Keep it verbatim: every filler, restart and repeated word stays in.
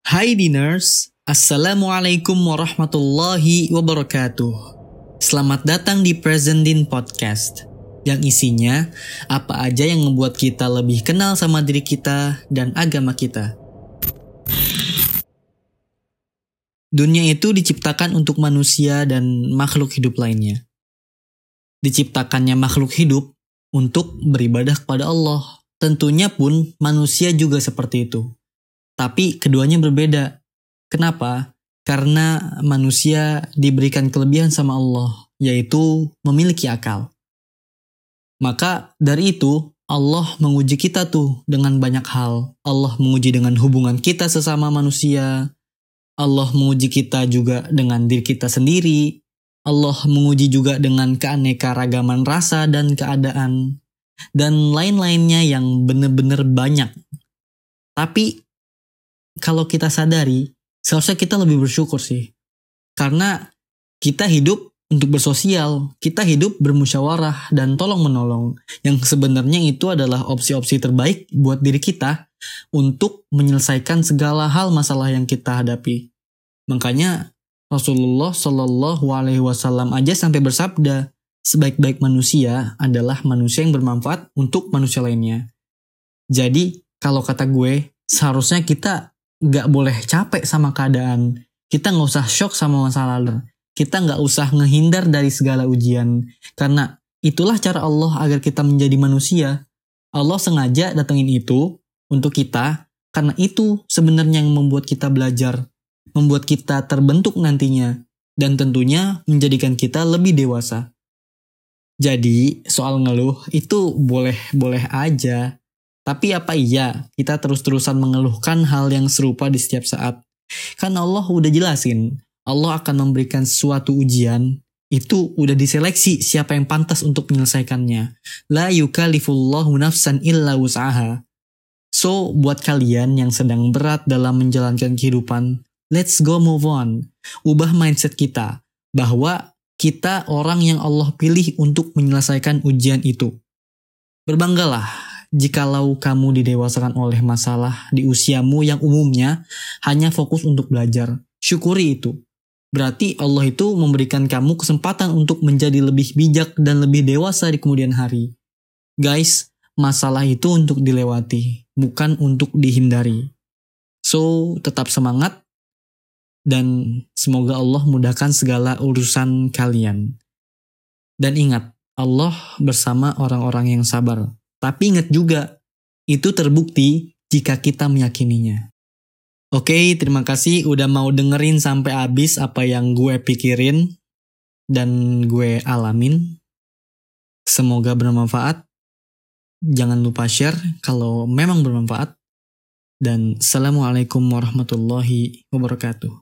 Hai diners, Assalamualaikum warahmatullahi wabarakatuh. Selamat datang di Present Din Podcast, yang isinya apa aja yang membuat kita lebih kenal sama diri kita dan agama kita. Dunia itu diciptakan untuk manusia dan makhluk hidup lainnya. Diciptakannya makhluk hidup untuk beribadah kepada Allah. Tentunya pun manusia juga seperti itu. Tapi keduanya berbeda. Kenapa? Karena manusia diberikan kelebihan sama Allah, yaitu memiliki akal. Maka dari itu, Allah menguji kita tuh dengan banyak hal. Allah menguji dengan hubungan kita sesama manusia. Allah menguji kita juga dengan diri kita sendiri. Allah menguji juga dengan keanekaragaman rasa dan keadaan. Dan lain-lainnya yang benar-benar banyak. Tapi kalau kita sadari, seharusnya kita lebih bersyukur sih. Karena kita hidup untuk bersosial, kita hidup bermusyawarah dan tolong-menolong. Yang sebenarnya itu adalah opsi-opsi terbaik buat diri kita untuk menyelesaikan segala hal masalah yang kita hadapi. Makanya Rasulullah Shallallahu Alaihi Wasallam aja sampai bersabda, sebaik-baik manusia adalah manusia yang bermanfaat untuk manusia lainnya. Jadi kalau kata gue, seharusnya kita gak boleh capek sama keadaan. Kita gak usah shock sama masa lalu. Kita gak usah ngehindar dari segala ujian. Karena itulah cara Allah agar kita menjadi manusia. Allah sengaja datengin itu untuk kita. Karena itu sebenarnya yang membuat kita belajar. Membuat kita terbentuk nantinya. Dan tentunya menjadikan kita lebih dewasa. Jadi soal ngeluh itu boleh-boleh aja. Tapi apa iya kita terus-terusan mengeluhkan hal yang serupa di setiap saat? Kan Allah udah jelasin, Allah akan memberikan suatu ujian, itu udah diseleksi siapa yang pantas untuk menyelesaikannya. La yukallifullahu nafsan illa wus'aha. So, buat kalian yang sedang berat dalam menjalankan kehidupan, let's go move on. Ubah mindset kita, bahwa kita orang yang Allah pilih untuk menyelesaikan ujian itu. Berbanggalah jikalau kamu didewasakan oleh masalah di usiamu yang umumnya hanya fokus untuk belajar. Syukuri itu. Berarti Allah itu memberikan kamu kesempatan untuk menjadi lebih bijak dan lebih dewasa di kemudian hari. Guys, masalah itu untuk dilewati, bukan untuk dihindari. So, tetap semangat dan semoga Allah mudahkan segala urusan kalian. Dan ingat, Allah bersama orang-orang yang sabar. Tapi ingat juga, itu terbukti jika kita meyakininya. Oke, terima kasih udah mau dengerin sampai habis apa yang gue pikirin dan gue alamin. Semoga bermanfaat. Jangan lupa share kalau memang bermanfaat. Dan Assalamualaikum warahmatullahi wabarakatuh.